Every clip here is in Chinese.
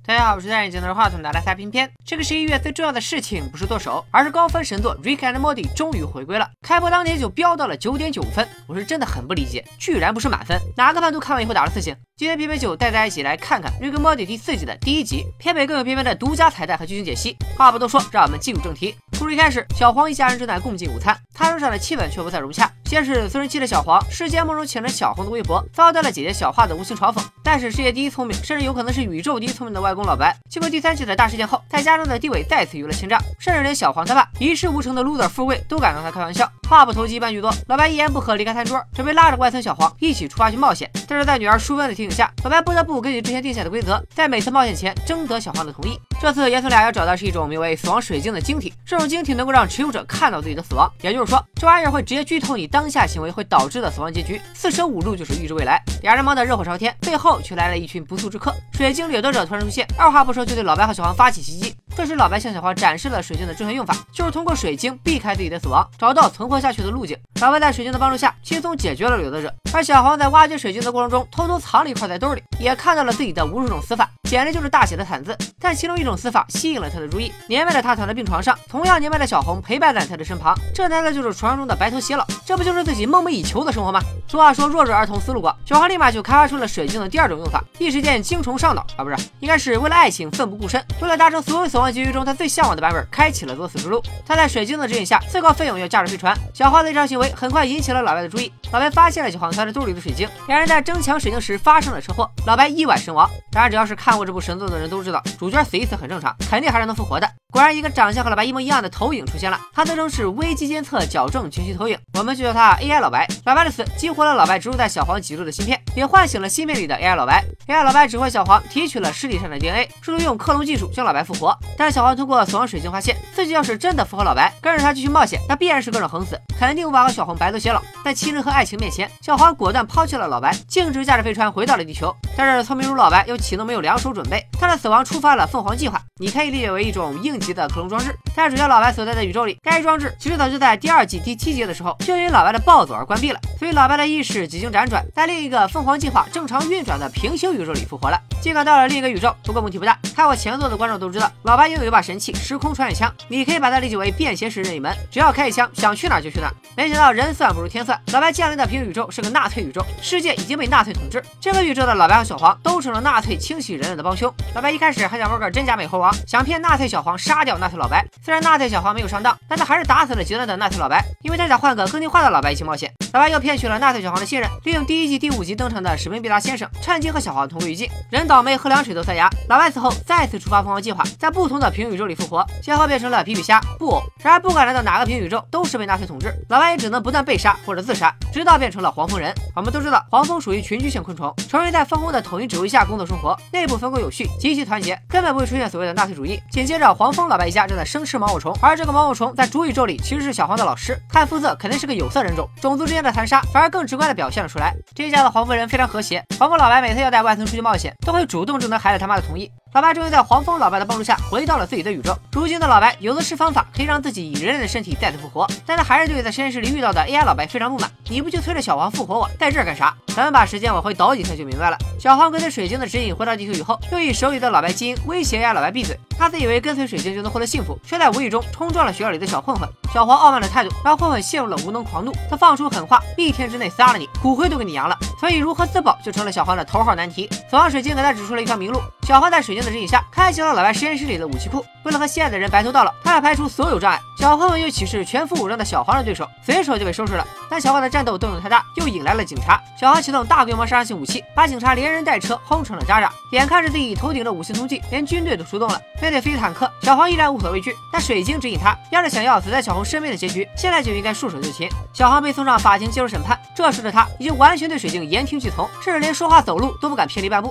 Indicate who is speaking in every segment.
Speaker 1: 大家好，我是戴眼镜拿着话筒的来猜评片。这个11月最重要的事情不是剁手，而是高分神作《Rick and Morty》终于回归了。开播当天就飙到了9.9分，我是真的很不理解，居然不是满分，哪个叛徒看完以后打了4星？今天片尾9带大家一起来看看《Rick and Morty》第4季的第1集，片尾更有片片的独家彩蛋和剧情解析。话不多说，让我们进入正题。故事一开始，小黄一家人正在共进午餐，餐桌上的气氛却不再融洽。先是私人期的小黄世界梦中请了小红的微博，遭到了姐姐小花的无情嘲讽。但是世界第一聪明，甚至有可能是宇宙第一聪明的外公老白，经过第3季的大事件后，在家中的地位再次有了清障，甚至连小黄他爸一事无成的 loser 富贵都敢跟他开玩笑。话不投机半句多，老白一言不合离开餐桌，准备拉着外孙小黄一起出发去冒险。但是在女儿淑芬的提醒下，老白不得不根据之前定下的规则，在每次冒险前征得小黄的同意。这次爷孙俩要找的是一种名为死亡水晶的晶体，这种晶体能够让持有者看到自己的死亡，也就是说，这玩意儿会直接剧透你当下行为会导致的死亡结局，四舍五入就是预知未来。俩人忙得热火朝天，背后却来了一群不速之客。水晶掠夺者突然出现，二话不说就对老白和小黄发起袭击。这时老白向小黄展示了水晶的正确用法，就是通过水晶避开自己的死亡，找到存活下去的路径。老白在水晶的帮助下轻松解决了掠夺者，而小黄在挖掘水晶的过程中偷偷藏了一块在兜里，也看到了自己的无数种死法，简直就是大写的惨字。但其中一种死法吸引了他的注意，年迈的他躺在病床上，同样年迈的小红陪伴在他的身旁，这难道就是传说中的白头偕老？这不就是自己梦寐以求的生活吗？俗话说弱智儿童思路广，小黄立马就开发出了水晶的第2种用法，一时间精虫上脑啊，不是，应该是为了爱情奋不顾身，为了达成所有死亡结局中他最向往的版本，开启了作死之路。他在水晶的指引下自告奋勇要驾驶飞船，小黄的这场行为很快引起了老白的注意。老白发现了小黄藏在兜里的水晶，两人在争抢水晶时发生了车祸，老白意外身亡。当然只要是看过这部神作的人都知道，主角死一次很正常，肯定还是能复活的。果然一个长相和老白一模一样的投影出现了，他自称是危机监测矫正全息投影，我们就叫他 AI 老白。老白的死激活了老白植入在小黄脊柱的芯片，也唤醒了芯片里的 AI 老白。AI 老白指挥小黄提取了尸体上的 DNA， 试图用克隆技术将老白复活。但小黄通过死亡水晶发现，自己要是真的复活老白，跟着他继续冒险，那必然是各种横死，肯定无法和小黄白头偕老。在亲人和爱情面前，小黄果断抛弃了老白，径直驾着飞船回到了地球。但是聪明如老白又岂能没有2手准备？他的死亡触发了凤凰计划，你可以理解为一种应急的克隆装置。在主角老白所在的宇宙里，该装置其实早就在第2季第7节的时候就因老白的暴走而关闭了，所以老白的意识几经辗转，在另一个凤凰计划正常运转的平行宇宙里复活了。尽管到了另一个宇宙，不过问题不大。看过前作的观众都知道，老白拥有一把神器时空穿越枪，你可以把它理解为便携式任意门，只要开一枪，想去哪儿就去哪儿。没想到人算不如天算，老白降临的平行宇宙是个纳粹宇宙，世界已经被纳粹统治。这个宇宙的老白和小黄都成了纳粹清洗人类的帮凶。老白一开始还想玩个真假美猴王，想骗纳粹小黄杀掉纳粹老白。虽然纳粹小黄没有上当，但他还是打死了极端的纳粹老白，因为他想换个更听话的老白一起冒险。老白又骗取了纳粹小黄的信任，利用第1季第5集登场的史宾必达先生，趁机和小黄同归于尽。人倒霉喝凉水都塞牙，老白死后再次触发凤凰计划，在不同的平行宇宙里复活，先后变成了皮皮虾、布偶。然而不管来到哪个平行宇宙，都是被纳粹统治，老白也只能不断被杀或者自杀，直到变成了黄蜂人。我们都知道黄蜂属于群居性昆虫，成员在蜂蜂的统一指挥下工作生活，内部分工有序，极其团结，根本不会出现所谓的纳粹主义。紧接着黄蜂老白一家正在生吃毛毛虫，而这个毛毛虫在主宇宙里其实是小黄的老师，看肤色肯定是个有色人种，种族之间的残杀反而更直观的表现了出来。这一家的黄蜂人非常和谐，黄蜂老白每次要带外孙出去冒险，都会主动征得孩子他妈的同意。老白终于在黄蜂老白的帮助下回到了自己的宇宙。如今的老白有的是方法可以让自己以人类的身体再次复活，但他还是对在实验室里遇到的 AI 老白非常不满。你不就催着小黄复活我，在这儿干啥？咱们把时间往回倒几天就明白了。小黄跟随水晶的指引回到地球以后，又以手里的老白基因威胁 AI 老白闭嘴。他自以为跟随水晶就能获得幸福，却在无意中冲撞了学校里的小混混。小黄傲慢的态度让混混陷入了无能狂怒，他放出狠话，1天之内杀了你，骨灰都给你扬了。所以如何自保就成了小黄的头号难题。死亡水晶给他指出了一条明路，小黄在水晶的指引下开启了老白实验室里的武器库。为了和心爱的人白头到老，他要排除所有障碍。小混混又岂是全副武装的小黄的对手，随手就被收拾了。但小黄的战斗动静太大，又引来了警察。小黄启动大规模杀伤性武器，把警察连人带车轰成了渣渣。眼看着自己头顶的5星通缉，连军队都出动了，面对飞坦克，小黄依然无所畏惧。但水晶指引他，要是想要死在小红身边的结局，现在就应该束手就擒。小黄被送上法庭接受审判，这时的他已经完全对水晶言听计从，甚至连说话走路都不敢偏离半步。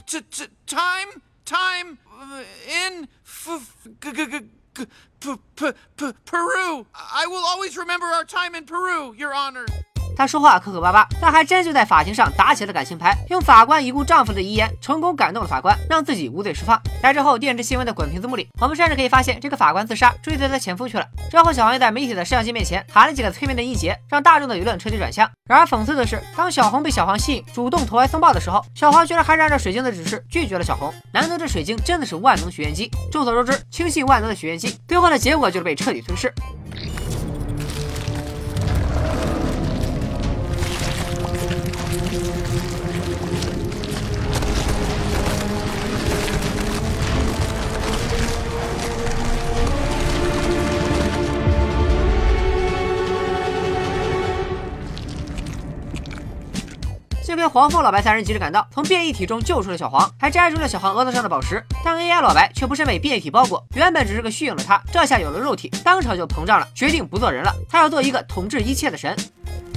Speaker 2: Time in Peru. I will always remember our time in Peru, Your Honor.
Speaker 1: 她说话磕磕巴巴，但还真就在法庭上打起了感情牌，用法官已故丈夫的遗言成功感动了法官，让自己无罪释放。在之后电视新闻的滚屏字幕里，我们甚至可以发现这个法官自杀追随她前夫去了。之后小黄又在媒体的摄像机面前喊了几个催眠的音节，让大众的舆论彻底转向。然而讽刺的是，当小红被小黄吸引，主动投怀送抱的时候，小黄居然还是按照水晶的指示拒绝了小红。难道这水晶真的是万能许愿机？众所周知，轻信万能的许愿机，最后的结果就是被彻底吞噬。幸亏黄蜂老白三人及时赶到，从变异体中救出了小黄，还摘出了小黄额头上的宝石。但 AI 老白却不慎被变异体包裹，原本只是个虚影的他，这下有了肉体，当场就膨胀了，决定不做人了，他要做一个统治一切的神。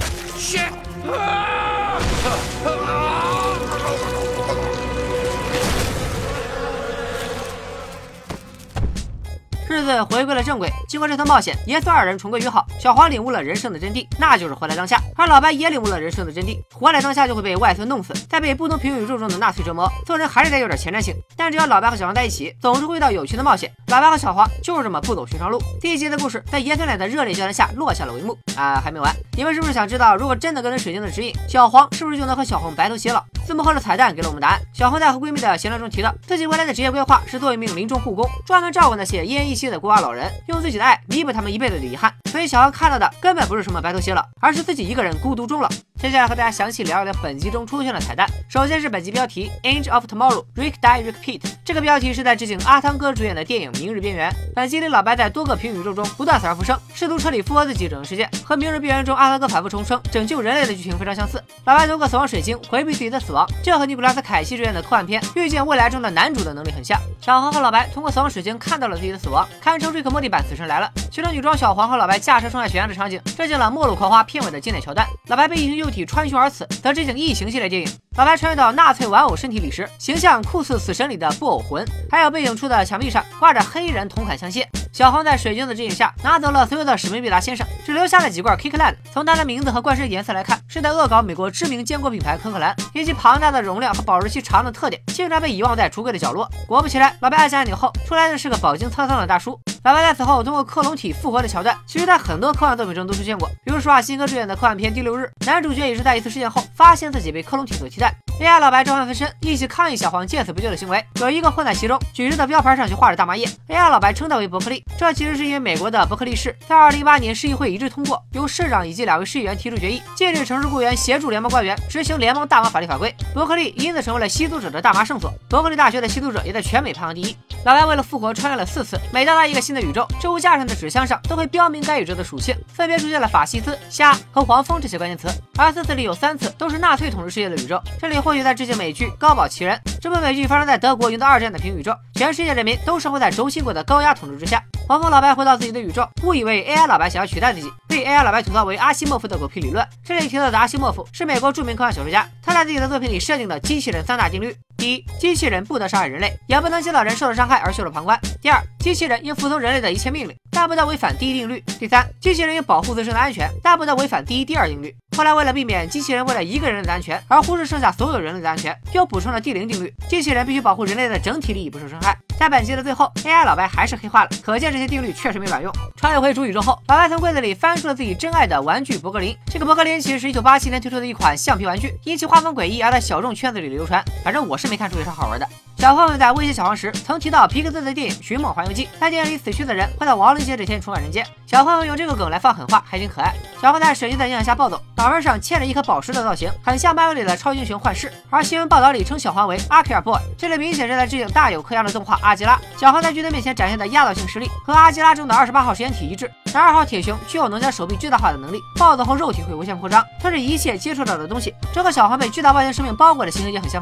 Speaker 1: 日子回归了正轨，经过这趟冒险，爷孙二人重归于好。小黄领悟了人生的真谛，那就是活在当下；而老白也领悟了人生的真谛，活在当下就会被外孙弄死，在被不同平行宇宙中的纳粹折磨。做人还是得有点前瞻性，但只要老白和小黄在一起，总是会遇到有趣的冒险。老白和小黄就是这么不走寻常路。第一集的故事在爷孙俩的热烈交谈下落下了帷幕啊，还没完。你们是不是想知道，如果真的跟随水晶的指引，小黄是不是就能和小红白头偕老？字幕后的彩蛋给了我们答案。小红在和闺蜜的闲聊中提到，自己未来的职业规划是做一名临终护工，专门照顾那些奄奄一息的孤寡老人，用自己的爱弥补他们一辈子的遗憾。所以小黄看到的根本不是什么白头偕老，而是自己一个人孤独终老。接下来和大家详细聊一聊本集中出现的彩蛋。首先是本集标题 Age of Tomorrow Rick Die Rick Pete， 这个标题是在致敬阿汤哥主演的电影《明日边缘》。本集里老白在多个平行宇宙中不断死而复生，试图彻底复活自己拯救世界，和《明日边缘》中阿汤哥反复重生拯救人类的剧情非常相似。老白通过死亡水晶回避自己的死亡，这和尼古拉斯凯奇主演的科幻片《预见未来》中的男主的能力很像。小黄和老白通过死亡水晶看到了自己的死亡，堪称瑞克莫蒂版死神来了。其中女装小黄和老白驾车冲下悬崖的场景，致敬了《末路狂花》片尾的经典桥段。老白被异形幼体穿胸而死，则致敬异形系列电影。老白穿越到纳粹玩偶身体里时，形象酷似死神里的布偶魂。还有背景处的墙壁上挂着黑人同款香榭。小黄在水晶的指引下拿走了所有的史密必达先生，只留下了几罐 Kickland。从它的名字和罐身颜色来看，是在恶搞美国知名坚果品牌可可兰，以及庞大的容量和保质期长的特点，竟然被遗忘在橱柜的角落。果不其然，老白按下按钮后，出来的是个饱经沧桑的大叔。老白在此后通过克隆体复活的桥段，其实在很多科幻作品中都出现过，比如施瓦辛格主演的科幻片《第6日》，男主角也是在一次事件后发现自己被克隆体所替代。AI 老白召唤分身，一起抗议小黄见死不救的行为，有一个混在其中，举着的标牌上却画着大麻叶。AI 老白称他为伯克利，这其实是因为美国的伯克利市在2018年市议会一致通过，由市长以及2位市议员提出决议，禁止城市雇员协助联邦官员执行联邦大麻法律法规。伯克利因此成为了吸毒者的大麻圣所，伯克利大学的吸毒者也在全美排行第一。老白为了复活穿越了4次，每到达一个新的宇宙，置物架上的纸箱上都会标明该宇宙的属性，分别出现了法西斯、虾和黄蜂这些关键词，而4次里有3次都是纳粹统治世界的宇宙。这里或许在致敬美剧《高堡奇人》，这部美剧发生在德国赢得2战的平行宇宙，全世界人民都生活在轴心国的高压统治之下。黄蜂老白回到自己的宇宙，误以为 AI 老白想要取代自己，被 AI 老白吐槽为阿西莫夫的狗屁理论。这里提到的阿西莫夫是美国著名科幻小说家，他在自己的作品里设定的机器人3大定律：第一，机器人不得伤害人类，也不能见到人受了伤害而袖手旁观；第二，机器人应服从人类的一切命令，但不得违反第一定律；第三，机器人应保护自身的安全，但不得违反第一、第二定律。后来为了避免机器人为了一个人类的安全而忽视剩下所有人类的安全，又补充了第0定律，机器人必须保护人类的整体利益不受伤害。在本集的最后 ，AI 老白还是黑化了，可见这些定律确实没卵用。穿越回主宇宙后，老白从柜子里翻出了自己真爱的玩具伯格林。这个伯格林其实是1987年推出的一款橡皮玩具，因其画风诡异而在小众圈子里流传，反正我是没看出有啥好玩的。小混混在威胁小黄时曾提到皮克斯的电影《寻梦环游记》，在电影里死去的人会在亡灵节这天重返人间。小混混用这个梗来放狠话，还挺可爱。小混在水晶的影响下暴走，脑门上嵌着一颗宝石的造型，很像漫威里的超英雄幻视。而新闻报道里称小黄为阿奎尔 boy， 这里明显是在致敬大有克洋的动画阿基拉。小黄在巨人面前展现的压倒性实力和阿基拉中的28号实验体一致，但2号铁熊具有能将手臂巨大化的能力，暴走后肉体会无限扩张，吞噬一切接触到的东西，这和小黄被巨大外星生命包裹的形象也很相似。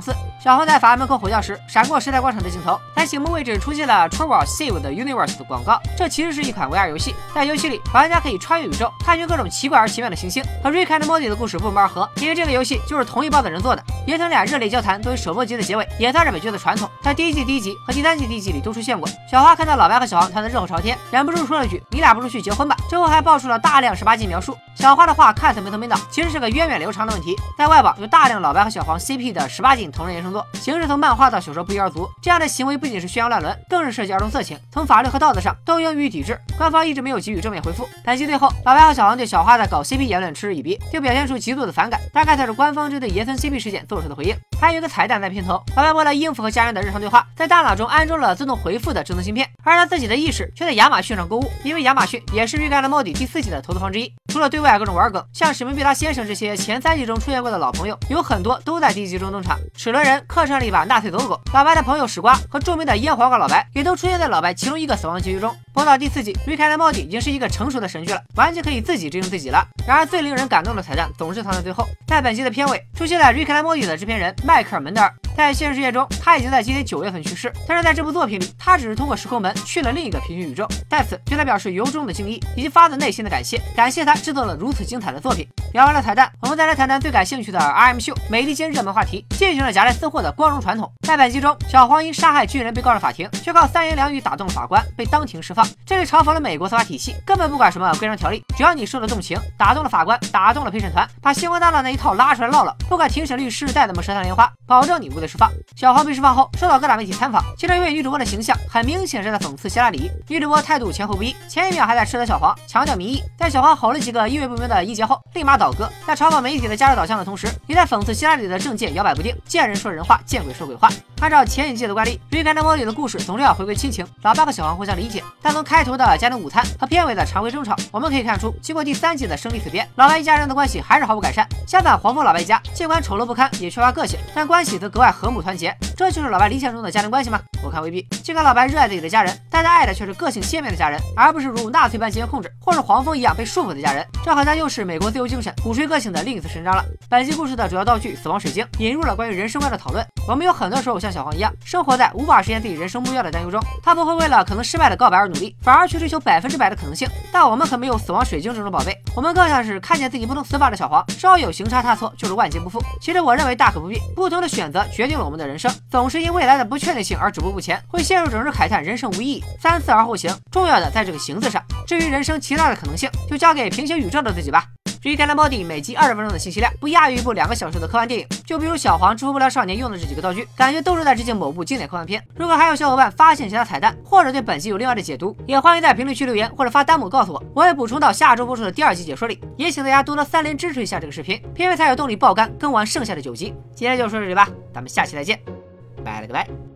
Speaker 1: 小黄在法案门口吼叫时，闪过时代广场的镜头，在醒目位置出现了 Trevor Save the Universe 的广告。这其实是一款 VR 游戏，在游戏里玩家可以穿越宇宙，探寻各种奇怪而奇妙的行星，和 Rick and Morty 的故事不谋而合。因为这个游戏就是同一帮的人做的，爷孙俩热烈交谈作为首播集的结尾，也算是本剧的传统，在第1季第1集和第3季第1集里都出现过。小花看到老白和小黄谈得热火朝天，忍不住说了句：“你俩不如去结婚吧。”之后还爆出了大量18禁描述。小花的话看似没头没脑，其实是个源远流长的问题。在外网有大量老白和小黄 CP 的18禁同人原声作，形式从漫画到小说不一而足。这样的行为不仅是宣扬乱伦，更是涉及儿童色情，从法律和道德上都应予以抵制。官方一直没有给予正面回复。本集最后，老白和小黄对小花的搞 CP 言论嗤之以鼻，并表现出极度的反感，大概才是官方针对爷孙 CP 事件做出的回应。还有一个彩蛋在片头，老白为了应付和家人的日常对话，在大脑中安装了自动回复的智能芯片，而他自己的意识却在亚马逊上购物，因为亚马逊也是Rick and Morty第4季的投资方之一。除了对外各种玩梗，像史密必达先生这些前3季中出现过的老朋友，有很多都在第1季中登场。齿轮人刻上了一把纳粹 logo， 老白的朋友史瓜和著名的腌黄瓜老白也都出现在老白其中一个死亡结局中。播到第4季，Rick and Morty已经是一个成熟的神剧了，完全可以自己执行自己了。然而最令人感动的彩蛋总是藏在最后，在本集的片尾出现了Rick and Morty的制片人迈克尔·门德尔。在现实世界中，他已经在今年9月份去世，但是在这部作品里，他只是通过时空门去了另一个平行宇宙。在此，对他表示由衷的敬意以及发自内心的感谢，感谢他制作了如此精彩的作品。聊完了彩蛋，我们再来谈谈最感兴趣的 RM 秀美利坚热门话题，进行了夹带私货的光荣传统。在本集中，小黄因杀害军人被告上法庭，却靠3言2语打动了法官，被当庭释放。这里嘲讽了美国司法体系，根本不管什么规章条例，只要你受了动情，打动了法官，打动了陪审团，把星光大道那一套拉出来唠唠，不管庭审律师再怎么舌灿莲花，保证你无罪释放。小黄被释放后，受到各大媒体参访，其中一位女主播的形象很明显是在讽刺希拉里。女主播态度前后不一，前一秒还在斥责小黄，强调民意，在小黄吼了几个意味不明的音节后，立马倒戈，在嘲讽媒体的价值导向的同时，也在讽刺希拉里的政见摇摆不定，见人说人话，见鬼说鬼话。按照前一季的惯例，Rick and Morty的故事总是要回归亲情，老爸和小黄互相理解。但从开头的家庭午餐和片尾的常规争吵，我们可以看出，经过第3季的生离死别，老白一家人的关系还是毫无改善。相反，黄蜂老白一家尽管丑陋不堪，也缺乏个性，但关系则格外和睦团结。这就是老白理想中的家庭关系吗？我看未必。尽管老白热爱自己的家人，但他爱的却是个性鲜明的家人，而不是如纳粹般集权控制，或是黄蜂一样被束缚的家人。这好像又是美国自由精神鼓吹个性的另一次伸张了。本集故事的主要道具死亡水晶引入了关于人生观的讨论。我们有很多时候像小黄一样，生活在无法实现自己人生目标的担忧中，他不会为了可能失败的告白而努力，反而去追求100%的可能性。但我们可没有死亡水晶这种宝贝，我们更像是看见自己不能死法的小黄，稍有行差踏错就是万劫不复。其实我认为大可不必，不同的选择决定了我们的人生，总是因未来的不确定性而止步不前，会陷入整日慨叹人生无意义，3思而后行。重要的在这个行字上，至于人生其他的可能性，就交给平行宇宙的自己吧。Rick and Morty每集20分钟的信息量，不亚于一部2个小时的科幻电影。就比如小黄制服不良少年用的这几个道具，感觉都是在致敬某部经典科幻片。如果还有小伙伴发现其他彩蛋，或者对本集有另外的解读，也欢迎在评论区留言或者发弹幕告诉我，我会补充到下周播出的第2季解说里。也请大家多多3连支持一下这个视频，片尾才有动力爆肝更完剩下的9集。今天就说到这里吧，咱们下期再见，拜了个拜。